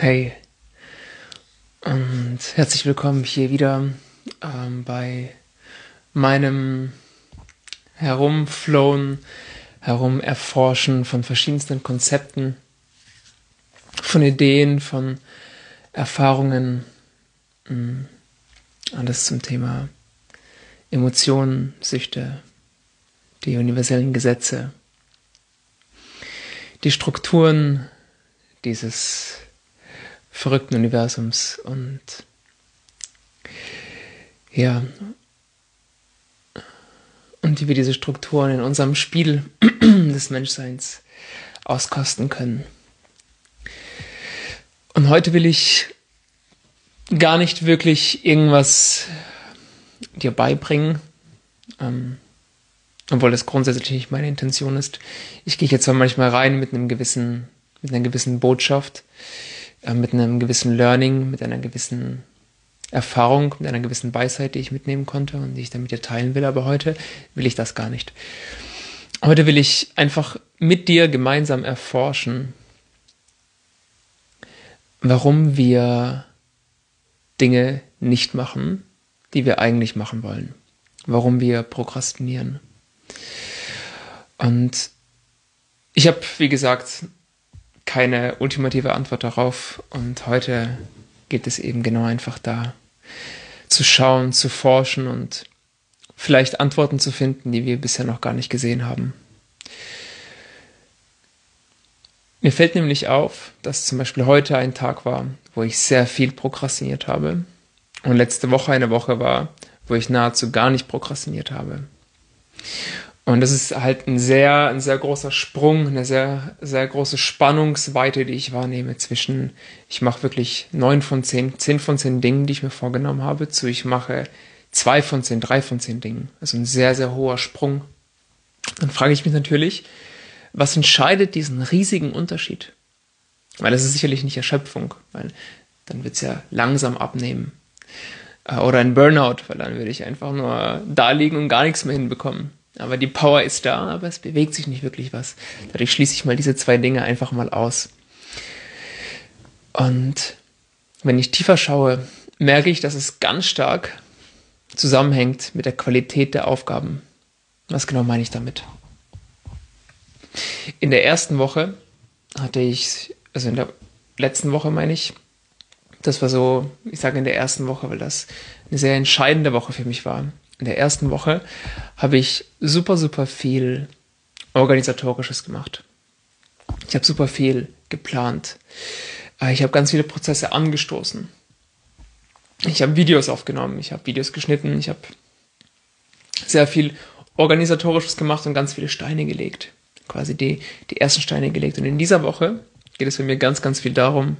Hey und herzlich willkommen hier wieder bei meinem Herumflowen, Herumerforschen von verschiedensten Konzepten, von Ideen, von Erfahrungen, alles zum Thema Emotionen, Süchte, die universellen Gesetze, die Strukturen dieses verrückten Universums und wie wir diese Strukturen in unserem Spiel des Menschseins auskosten können. Und heute will ich gar nicht wirklich irgendwas dir beibringen, obwohl das grundsätzlich nicht meine Intention ist. Ich gehe jetzt zwar manchmal rein mit einer gewissen Botschaft, mit einem gewissen Learning, mit einer gewissen Erfahrung, mit einer gewissen Weisheit, die ich mitnehmen konnte und die ich dann mit dir teilen will, aber heute will ich das gar nicht. Heute will ich einfach mit dir gemeinsam erforschen, warum wir Dinge nicht machen, die wir eigentlich machen wollen. Warum wir prokrastinieren. Und ich habe, wie gesagt, keine ultimative Antwort darauf. Und heute geht es eben genau einfach da, zu schauen, zu forschen und vielleicht Antworten zu finden, die wir bisher noch gar nicht gesehen haben. Mir fällt nämlich auf, dass zum Beispiel heute ein Tag war, wo ich sehr viel prokrastiniert habe. Und letzte Woche eine Woche war, wo ich nahezu gar nicht prokrastiniert habe. Und das ist halt ein sehr großer Sprung, eine sehr, sehr große Spannungsweite, die ich wahrnehme zwischen, ich mache wirklich 9 von 10, 10 von 10 Dingen, die ich mir vorgenommen habe, zu ich mache 2 von 10, 3 von 10 Dingen. Also ein sehr, sehr hoher Sprung. Dann frage ich mich natürlich, was entscheidet diesen riesigen Unterschied? Weil das ist sicherlich nicht Erschöpfung, weil dann wird es ja langsam abnehmen. Oder ein Burnout, weil dann würde ich einfach nur da liegen und gar nichts mehr hinbekommen. Aber die Power ist da, aber es bewegt sich nicht wirklich was. Dadurch schließe ich mal diese 2 Dinge einfach mal aus. Und wenn ich tiefer schaue, merke ich, dass es ganz stark zusammenhängt mit der Qualität der Aufgaben. Was genau meine ich damit? In der ersten Woche hatte ich, also in der letzten Woche meine ich, das war so, ich sage in der ersten Woche, weil das eine sehr entscheidende Woche für mich war. In der ersten Woche habe ich super viel Organisatorisches gemacht. Ich habe super viel geplant. Ich habe ganz viele Prozesse angestoßen. Ich habe Videos aufgenommen, ich habe Videos geschnitten, ich habe sehr viel Organisatorisches gemacht und ganz viele Steine gelegt. Quasi die ersten Steine gelegt. Und in dieser Woche geht es bei mir ganz viel darum,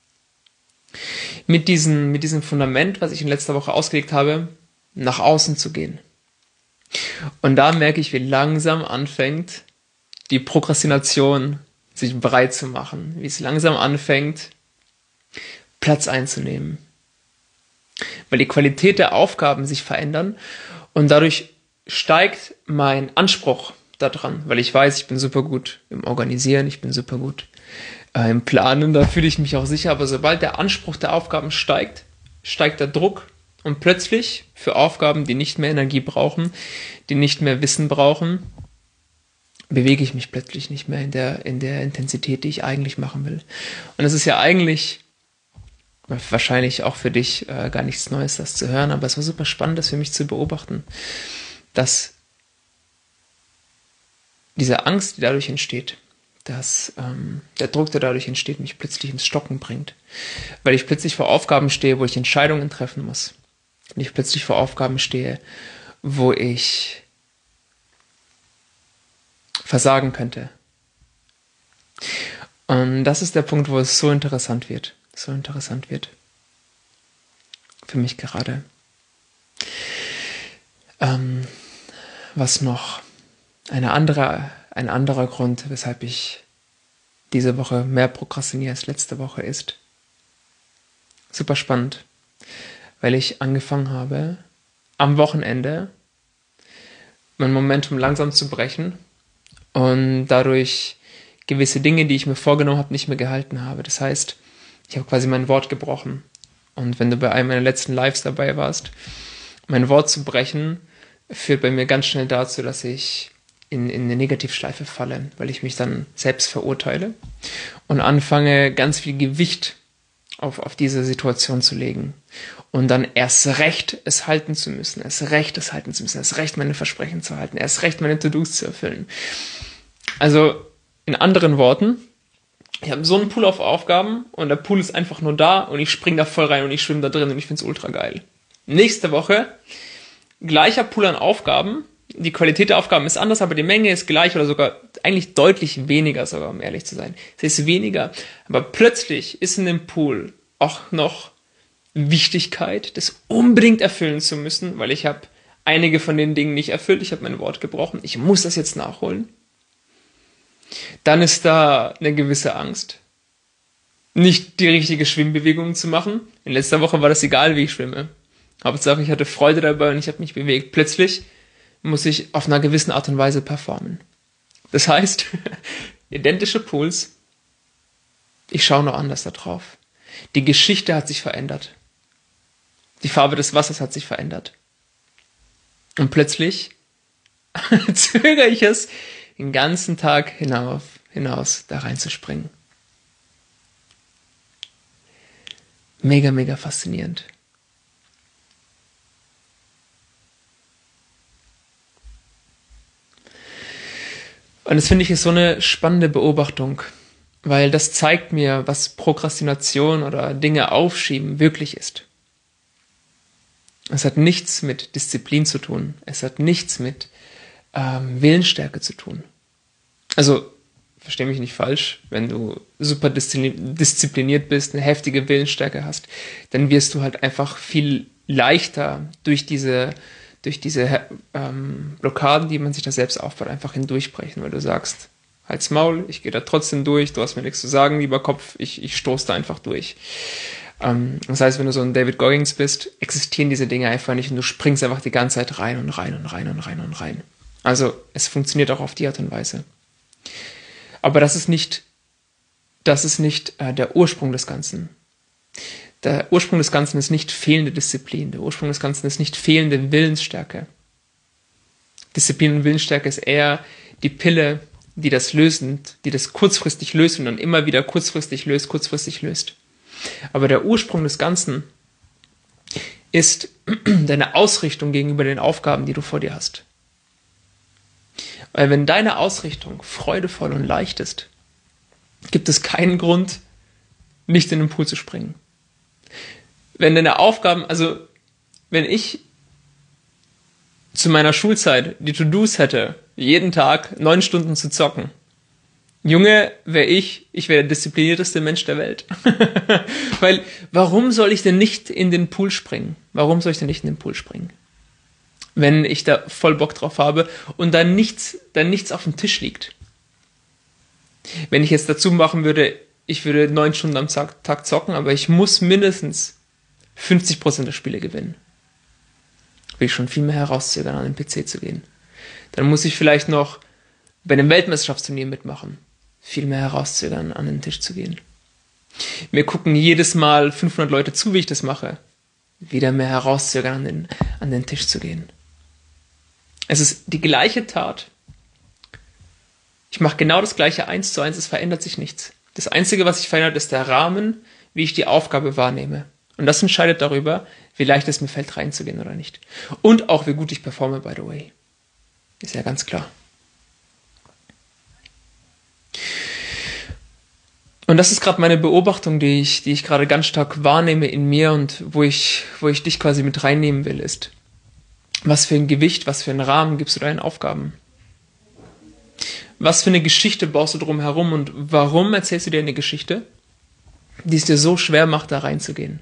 mit diesem Fundament, was ich in letzter Woche ausgelegt habe, nach außen zu gehen. Und da merke ich, wie langsam anfängt, die Prokrastination sich breit zu machen. Wie es langsam anfängt, Platz einzunehmen. Weil die Qualität der Aufgaben sich verändern und dadurch steigt mein Anspruch daran, weil ich weiß, ich bin super gut im Organisieren, ich bin super gut im Planen, da fühle ich mich auch sicher, aber sobald der Anspruch der Aufgaben steigt, steigt der Druck und plötzlich für Aufgaben, die nicht mehr Energie brauchen, die nicht mehr Wissen brauchen, bewege ich mich plötzlich nicht mehr in der Intensität, die ich eigentlich machen will. Und es ist ja eigentlich wahrscheinlich auch für dich gar nichts Neues, das zu hören, aber es war super spannend, das für mich zu beobachten, dass diese Angst, die dadurch entsteht, dass der Druck, der dadurch entsteht, mich plötzlich ins Stocken bringt. Weil ich plötzlich vor Aufgaben stehe, wo ich Entscheidungen treffen muss. Und ich plötzlich vor Aufgaben stehe, wo ich versagen könnte. Und das ist der Punkt, wo es so interessant wird. So interessant wird. Für mich gerade. Was noch? Ein anderer Grund, weshalb ich diese Woche mehr prokrastiniere als letzte Woche ist. Super spannend, weil ich angefangen habe, am Wochenende mein Momentum langsam zu brechen und dadurch gewisse Dinge, die ich mir vorgenommen habe, nicht mehr gehalten habe. Das heißt, Ich habe quasi mein Wort gebrochen. Und wenn du bei einem meiner letzten Lives dabei warst, mein Wort zu brechen, führt bei mir ganz schnell dazu, dass ich in eine Negativschleife falle, weil ich mich dann selbst verurteile und anfange, ganz viel Gewicht auf diese Situation zu legen und dann erst recht es halten zu müssen, erst recht meine Versprechen zu halten, erst recht meine To-Dos zu erfüllen. Also in anderen Worten, ich habe so einen Pool auf Aufgaben und der Pool ist einfach nur da und ich springe da voll rein und ich schwimme da drin und ich finde es ultra geil. Nächste Woche, gleicher Pool an Aufgaben, die Qualität der Aufgaben ist anders, aber die Menge ist gleich oder sogar eigentlich deutlich weniger sogar, um ehrlich zu sein. Es ist weniger, aber plötzlich ist in dem Pool auch noch Wichtigkeit, das unbedingt erfüllen zu müssen, weil ich habe einige von den Dingen nicht erfüllt, ich habe mein Wort gebrochen, ich muss das jetzt nachholen. Dann ist da eine gewisse Angst, nicht die richtige Schwimmbewegung zu machen. In letzter Woche war das egal, wie ich schwimme. Hauptsache, ich hatte Freude dabei und ich habe mich bewegt. Plötzlich muss ich auf einer gewissen Art und Weise performen. Das heißt, identische Pools, ich schaue nur anders da drauf. Die Geschichte hat sich verändert. Die Farbe des Wassers hat sich verändert. Und plötzlich zögere ich es, den ganzen Tag hinaus da reinzuspringen. Mega, mega faszinierend. Und das finde ich ist so eine spannende Beobachtung, weil das zeigt mir, was Prokrastination oder Dinge aufschieben wirklich ist. Es hat nichts mit Disziplin zu tun. Es hat nichts mit Willensstärke zu tun. Also, verstehe mich nicht falsch, wenn du super diszipliniert bist, eine heftige Willensstärke hast, dann wirst du halt einfach viel leichter durch diese Blockaden, die man sich da selbst aufbaut, einfach hindurchbrechen, weil du sagst, halt's Maul, ich gehe da trotzdem durch, du hast mir nichts zu sagen, lieber Kopf, ich stoße da einfach durch. Das heißt, wenn du so ein David Goggins bist, existieren diese Dinge einfach nicht und du springst einfach die ganze Zeit rein und rein und rein und rein und rein. Also es funktioniert auch auf die Art und Weise. Aber das ist nicht der Ursprung des Ganzen. Der Ursprung des Ganzen ist nicht fehlende Disziplin. Der Ursprung des Ganzen ist nicht fehlende Willensstärke. Disziplin und Willensstärke ist eher die Pille, die das kurzfristig löst und dann immer wieder kurzfristig löst. Aber der Ursprung des Ganzen ist deine Ausrichtung gegenüber den Aufgaben, die du vor dir hast. Weil wenn deine Ausrichtung freudevoll und leicht ist, gibt es keinen Grund, nicht in den Pool zu springen. Wenn deine Aufgaben, also wenn ich zu meiner Schulzeit die To-Dos hätte, jeden Tag 9 Stunden zu zocken, Junge, ich wäre der disziplinierteste Mensch der Welt. Weil, warum soll ich denn nicht in den Pool springen? Wenn ich da voll Bock drauf habe und dann nichts auf dem Tisch liegt. Wenn ich jetzt dazu machen würde, ich würde 9 Stunden am Tag zocken, aber ich muss mindestens 50% der Spiele gewinnen. Will ich schon viel mehr herauszögern, an den PC zu gehen. Dann muss ich vielleicht noch bei einem Weltmeisterschaftsturnier mitmachen. Viel mehr herauszögern, an den Tisch zu gehen. Mir gucken jedes Mal 500 Leute zu, wie ich das mache. Wieder mehr herauszögern, an den Tisch zu gehen. Es ist die gleiche Tat. Ich mache genau das gleiche 1:1, es verändert sich nichts. Das Einzige, was sich verändert, ist der Rahmen, wie ich die Aufgabe wahrnehme. Und das entscheidet darüber, wie leicht es mir fällt, reinzugehen oder nicht. Und auch, wie gut ich performe, by the way. Ist ja ganz klar. Und das ist gerade meine Beobachtung, die ich gerade ganz stark wahrnehme in mir und wo ich dich quasi mit reinnehmen will, ist, was für ein Gewicht, was für einen Rahmen gibst du deinen Aufgaben? Was für eine Geschichte baust du drum herum und warum erzählst du dir eine Geschichte, die es dir so schwer macht, da reinzugehen?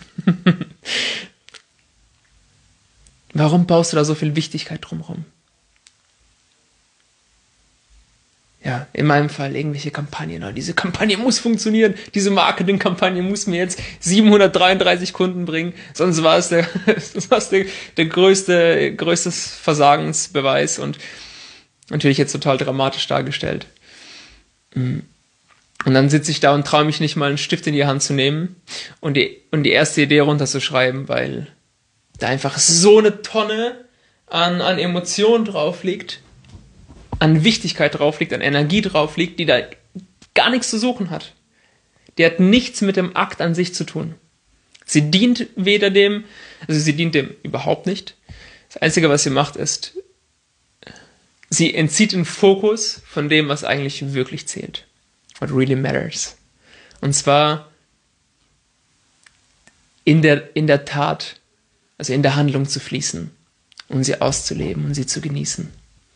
Warum baust du da so viel Wichtigkeit drumherum? Ja, in meinem Fall irgendwelche Kampagnen. Oh, diese Kampagne muss funktionieren. Diese Marketingkampagne muss mir jetzt 733 Kunden bringen. Sonst war es der größte Versagensbeweis und natürlich jetzt total dramatisch dargestellt. Und dann sitze ich da und traue mich nicht mal, einen Stift in die Hand zu nehmen und die erste Idee runterzuschreiben, weil da einfach so eine Tonne an Emotionen drauf liegt, an Wichtigkeit drauf liegt, an Energie drauf liegt, die da gar nichts zu suchen hat. Die hat nichts mit dem Akt an sich zu tun. Sie dient sie dient dem überhaupt nicht. Das Einzige, was sie macht, ist, sie entzieht den Fokus von dem, was eigentlich wirklich zählt. What really matters. Und zwar in der Tat, also in der Handlung zu fließen und sie auszuleben und sie zu genießen.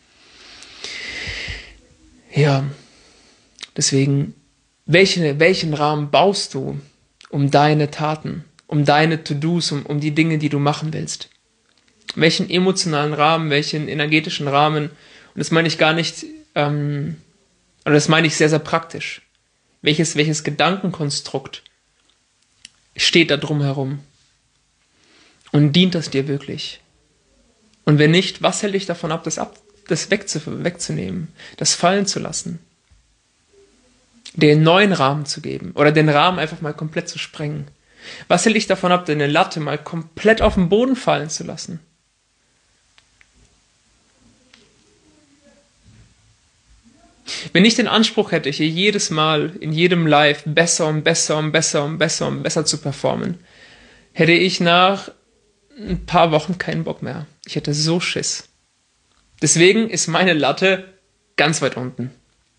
Ja, deswegen, welchen Rahmen baust du um deine Taten, um deine To-Dos, um die Dinge, die du machen willst? Welchen emotionalen Rahmen, welchen energetischen Rahmen? Und das meine ich gar nicht, oder das meine ich sehr, sehr praktisch. Welches Gedankenkonstrukt steht da drum herum? Und dient das dir wirklich? Und wenn nicht, was hält dich davon ab, das wegzunehmen, das fallen zu lassen? Den neuen Rahmen zu geben oder den Rahmen einfach mal komplett zu sprengen? Was hält dich davon ab, deine Latte mal komplett auf den Boden fallen zu lassen? Wenn ich den Anspruch hätte, hier jedes Mal, in jedem Live besser und besser und besser und besser und besser zu performen, hätte ich nach ein paar Wochen keinen Bock mehr. Ich hätte so Schiss. Deswegen ist meine Latte ganz weit unten.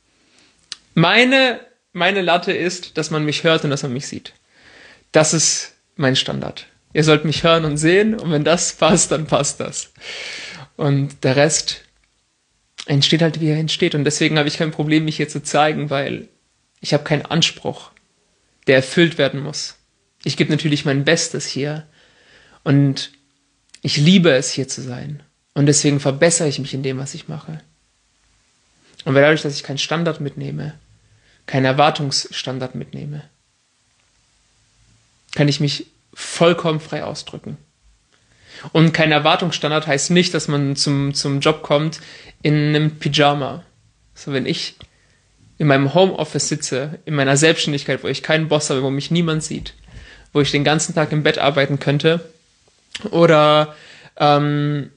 Meine Latte ist, dass man mich hört und dass man mich sieht. Das ist mein Standard. Ihr sollt mich hören und sehen und wenn das passt, dann passt das. Und der Rest entsteht halt, wie er entsteht. Und deswegen habe ich kein Problem, mich hier zu zeigen, weil ich habe keinen Anspruch, der erfüllt werden muss. Ich gebe natürlich mein Bestes hier und ich liebe es, hier zu sein. Und deswegen verbessere ich mich in dem, was ich mache. Und dadurch, dass ich keinen Standard mitnehme, keinen Erwartungsstandard mitnehme, kann ich mich vollkommen frei ausdrücken. Und kein Erwartungsstandard heißt nicht, dass man zum Job kommt in einem Pyjama. So, wenn ich in meinem Homeoffice sitze, in meiner Selbstständigkeit, wo ich keinen Boss habe, wo mich niemand sieht, wo ich den ganzen Tag im Bett arbeiten könnte oder im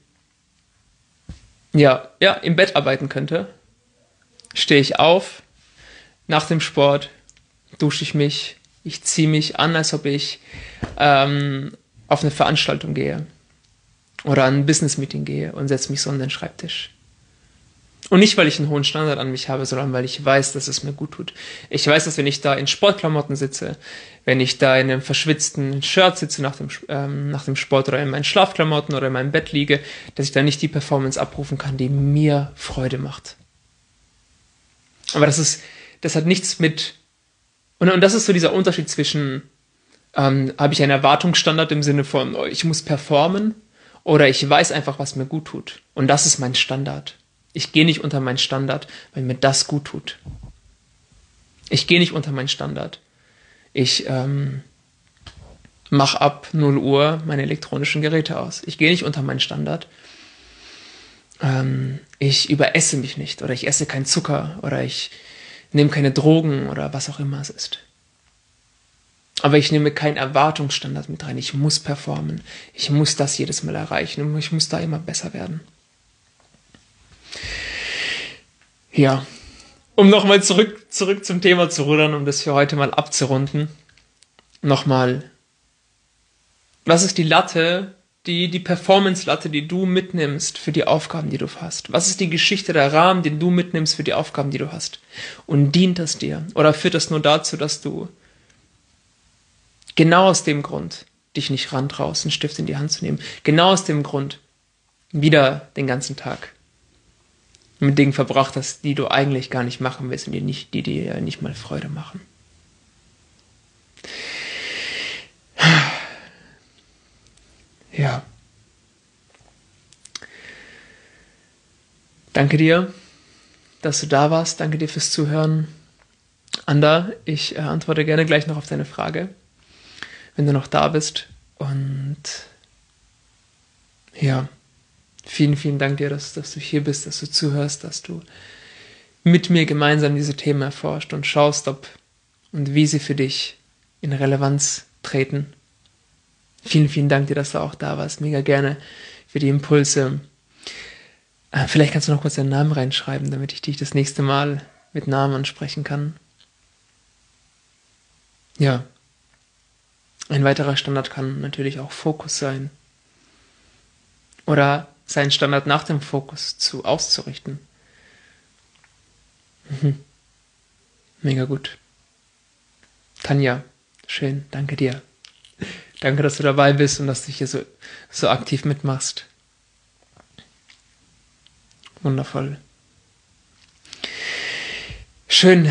Bett arbeiten könnte, stehe ich auf, nach dem Sport dusche ich mich, ich ziehe mich an, als ob ich auf eine Veranstaltung gehe oder an ein Business-Meeting gehe und setze mich so an den Schreibtisch. Und nicht, weil ich einen hohen Standard an mich habe, sondern weil ich weiß, dass es mir gut tut. Ich weiß, dass wenn ich da in Sportklamotten sitze, wenn ich da in einem verschwitzten Shirt sitze nach dem Sport oder in meinen Schlafklamotten oder in meinem Bett liege, dass ich da nicht die Performance abrufen kann, die mir Freude macht. Aber das hat nichts mit... Und das ist so dieser Unterschied zwischen, habe ich einen Erwartungsstandard im Sinne von, oh, ich muss performen, oder ich weiß einfach, was mir gut tut. Und das ist mein Standard. Ich gehe nicht unter meinen Standard, weil mir das gut tut. Ich gehe nicht unter meinen Standard. Ich mache ab 0 Uhr meine elektronischen Geräte aus. Ich gehe nicht unter meinen Standard. Ich überesse mich nicht oder ich esse keinen Zucker oder ich nehme keine Drogen oder was auch immer es ist. Aber ich nehme keinen Erwartungsstandard mit rein. Ich muss performen. Ich muss das jedes Mal erreichen und ich muss da immer besser werden. Ja, um nochmal zurück zum Thema zu rudern, um das für heute mal abzurunden. Nochmal, was ist die Latte, die Performance-Latte, die du mitnimmst für die Aufgaben, die du hast? Was ist die Geschichte, der Rahmen, den du mitnimmst für die Aufgaben, die du hast? Und dient das dir? Oder führt das nur dazu, dass du genau aus dem Grund dich nicht rantraust, einen Stift in die Hand zu nehmen? Genau aus dem Grund wieder den ganzen Tag mit Dingen verbracht hast, die du eigentlich gar nicht machen willst und die dir nicht mal Freude machen. Ja. Danke dir, dass du da warst. Danke dir fürs Zuhören. Anda, ich antworte gerne gleich noch auf deine Frage, wenn du noch da bist. Und ja, vielen, vielen Dank dir, dass du hier bist, dass du zuhörst, dass du mit mir gemeinsam diese Themen erforscht und schaust, ob und wie sie für dich in Relevanz treten. Vielen, vielen Dank dir, dass du auch da warst. Mega gerne für die Impulse. Vielleicht kannst du noch kurz deinen Namen reinschreiben, damit ich dich das nächste Mal mit Namen ansprechen kann. Ja. Ein weiterer Standard kann natürlich auch Fokus sein. Oder seinen Standard nach dem Fokus auszurichten. Mega gut. Tanja, schön, danke dir. Danke, dass du dabei bist und dass du hier so aktiv mitmachst. Wundervoll. Schön.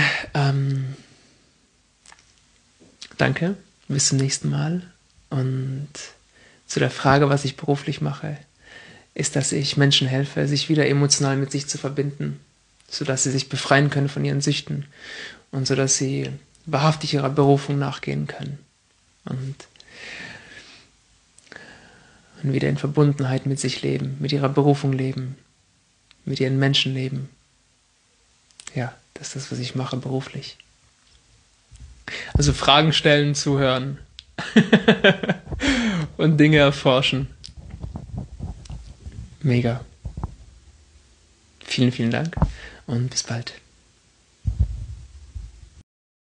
Danke. Bis zum nächsten Mal. Und zu der Frage, was ich beruflich mache, ist, dass ich Menschen helfe, sich wieder emotional mit sich zu verbinden, sodass sie sich befreien können von ihren Süchten und sodass sie wahrhaftig ihrer Berufung nachgehen können und wieder in Verbundenheit mit sich leben, mit ihrer Berufung leben, mit ihren Menschen leben. Ja, das ist das, was ich mache beruflich. Also Fragen stellen, zuhören und Dinge erforschen. Mega. Vielen, vielen Dank und bis bald.